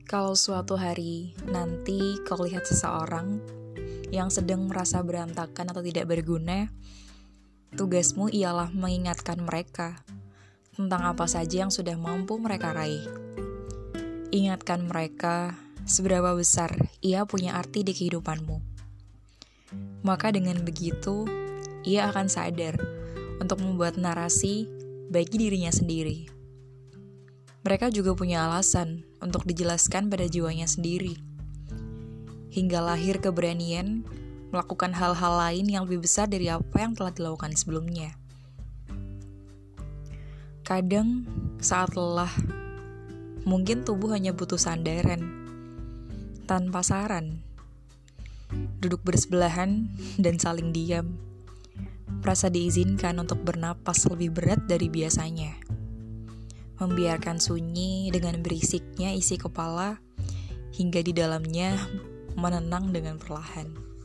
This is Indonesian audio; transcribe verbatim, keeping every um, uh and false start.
Kalau suatu hari nanti kau lihat seseorang yang sedang merasa berantakan atau tidak berguna, tugasmu ialah mengingatkan mereka tentang apa saja yang sudah mampu mereka raih. Ingatkan mereka seberapa besar ia punya arti di kehidupanmu. Maka dengan begitu, ia akan sadar untuk membuat narasi bagi dirinya sendiri. Mereka juga punya alasan untuk dijelaskan pada jiwanya sendiri. Hingga lahir keberanian melakukan hal-hal lain yang lebih besar dari apa yang telah dilakukan sebelumnya. Kadang saat lelah, mungkin tubuh hanya butuh sandaran, tanpa saran. Duduk bersebelahan dan saling diam. Merasa diizinkan untuk bernapas lebih berat dari biasanya. Membiarkan sunyi dengan berisiknya isi kepala hingga di dalamnya menenang dengan perlahan.